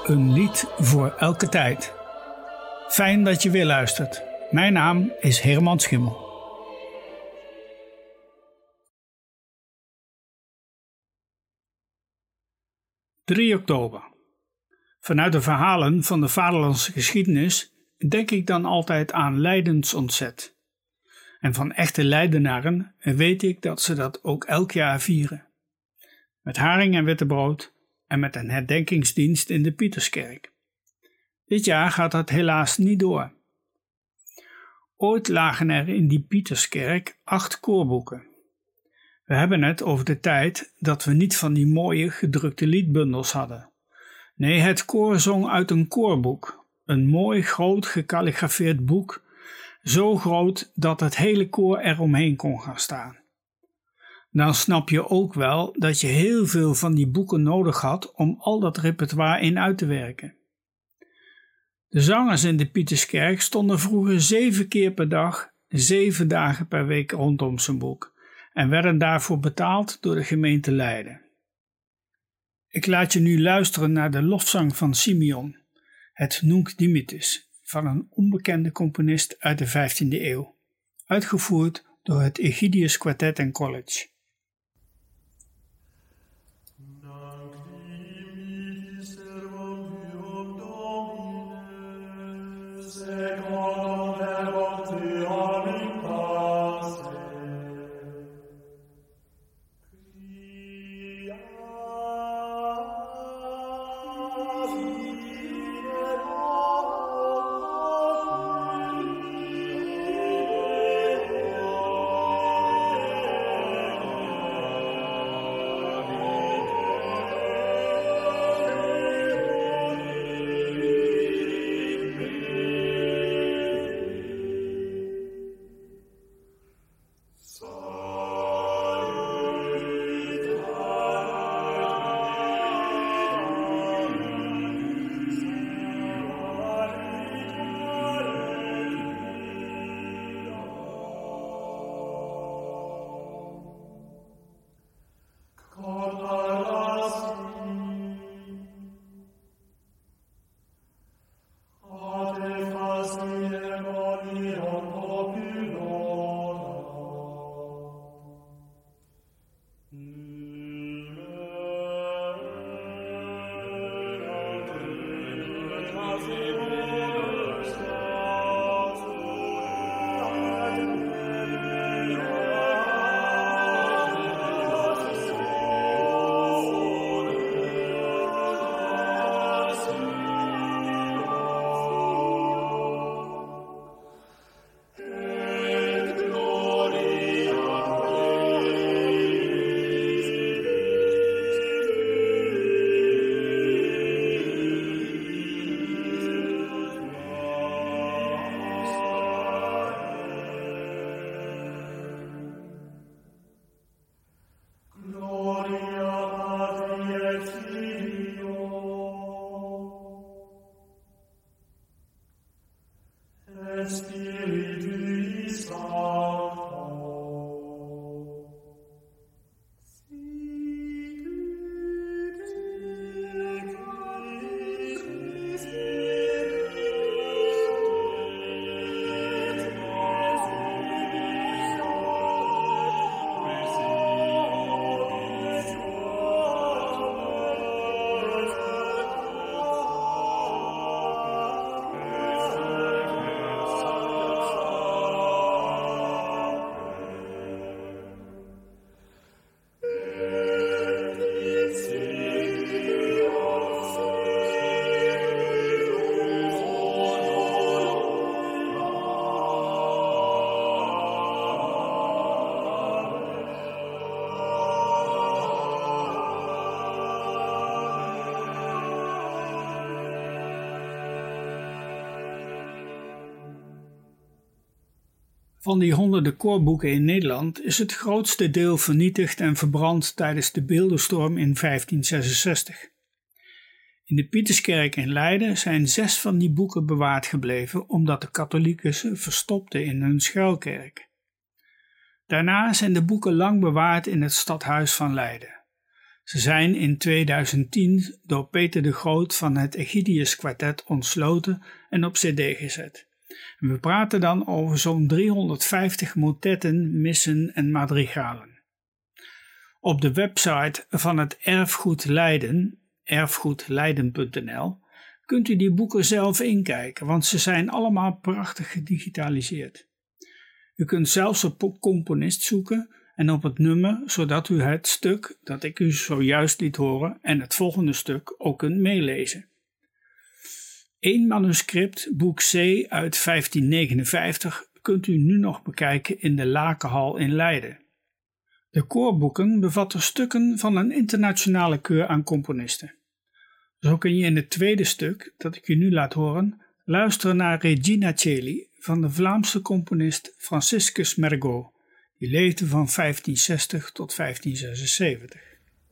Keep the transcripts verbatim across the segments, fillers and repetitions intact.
Een lied voor elke tijd. Fijn dat je weer luistert. Mijn naam is Herman Schimmel. drie oktober. Vanuit de verhalen van de vaderlandse geschiedenis denk ik dan altijd aan lijdensontzet. En van echte Leidenaren weet ik dat ze dat ook elk jaar vieren. Met haring en wittebrood en met een herdenkingsdienst in de Pieterskerk. Dit jaar gaat dat helaas niet door. Ooit lagen er in die Pieterskerk acht koorboeken. We hebben het over de tijd dat we niet van die mooie gedrukte liedbundels hadden. Nee, het koor zong uit een koorboek. Een mooi groot gekalligrafeerd boek, zo groot dat het hele koor eromheen kon gaan staan. Dan snap je ook wel dat je heel veel van die boeken nodig had om al dat repertoire in uit te werken. De zangers in de Pieterskerk stonden vroeger zeven keer per dag, zeven dagen per week rondom zijn boek en werden daarvoor betaald door de gemeente Leiden. Ik laat je nu luisteren naar de lofzang van Simeon, het Nunc Dimittis, van een onbekende componist uit de vijftiende eeuw, uitgevoerd door het Egidius Quartet and College. Van die honderden koorboeken in Nederland is het grootste deel vernietigd en verbrand tijdens de beeldenstorm in vijftien zesenzestig. In de Pieterskerk in Leiden zijn zes van die boeken bewaard gebleven omdat de katholieken ze verstopten in hun schuilkerk. Daarna zijn de boeken lang bewaard in het stadhuis van Leiden. Ze zijn in tweeduizend tien door Peter de Groot van het Egidius Kwartet ontsloten en op cd gezet. En we praten dan over zo'n driehonderdvijftig motetten, missen en madrigalen. Op de website van het Erfgoed Leiden, erfgoedleiden punt n l, kunt u die boeken zelf inkijken, want ze zijn allemaal prachtig gedigitaliseerd. U kunt zelfs op componist zoeken en op het nummer, zodat u het stuk dat ik u zojuist liet horen en het volgende stuk ook kunt meelezen. Eén manuscript, boek C uit vijftien negenenvijftig, kunt u nu nog bekijken in de Lakenhal in Leiden. De koorboeken bevatten stukken van een internationale keur aan componisten. Zo kun je in het tweede stuk, dat ik u nu laat horen, luisteren naar Regina Coeli van de Vlaamse componist Franciscus Mergaud, die leefde van vijftienzestig tot vijftienzesenzeventig.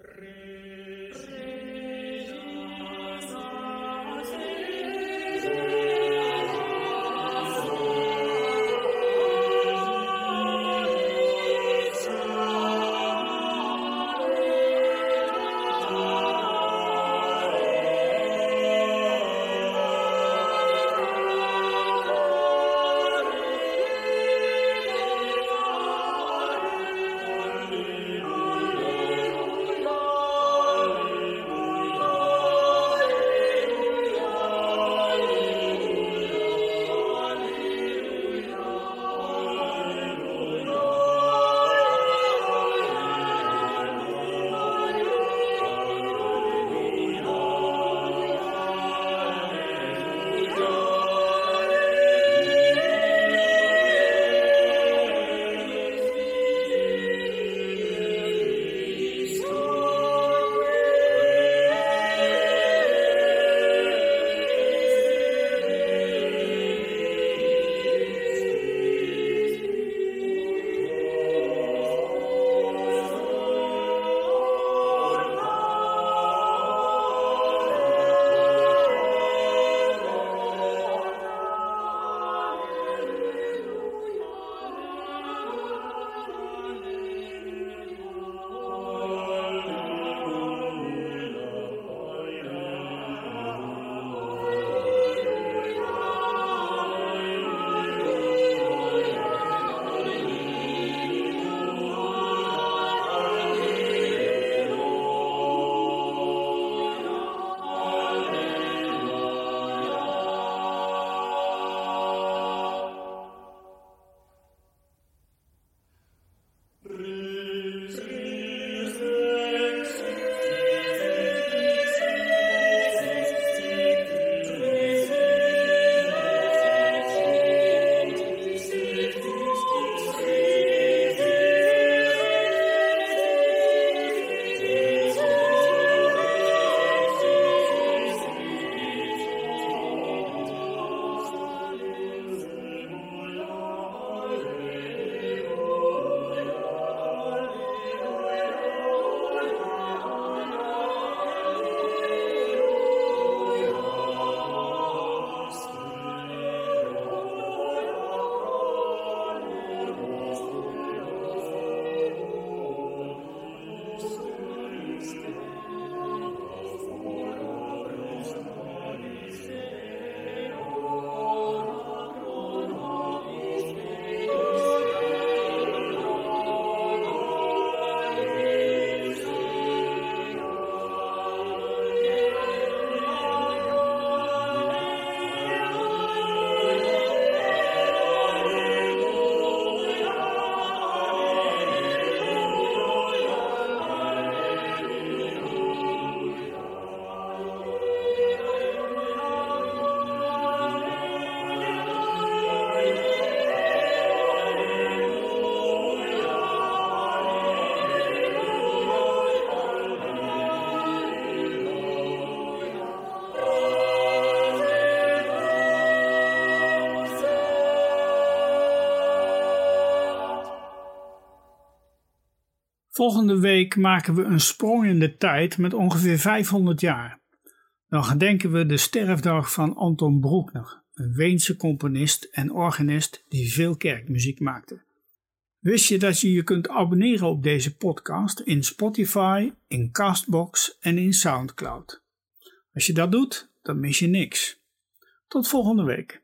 Volgende week maken we een sprong in de tijd met ongeveer vijfhonderd jaar. Dan gedenken we de sterfdag van Anton Bruckner, een Weense componist en organist die veel kerkmuziek maakte. Wist je dat je je kunt abonneren op deze podcast in Spotify, in Castbox en in Soundcloud? Als je dat doet, dan mis je niks. Tot volgende week.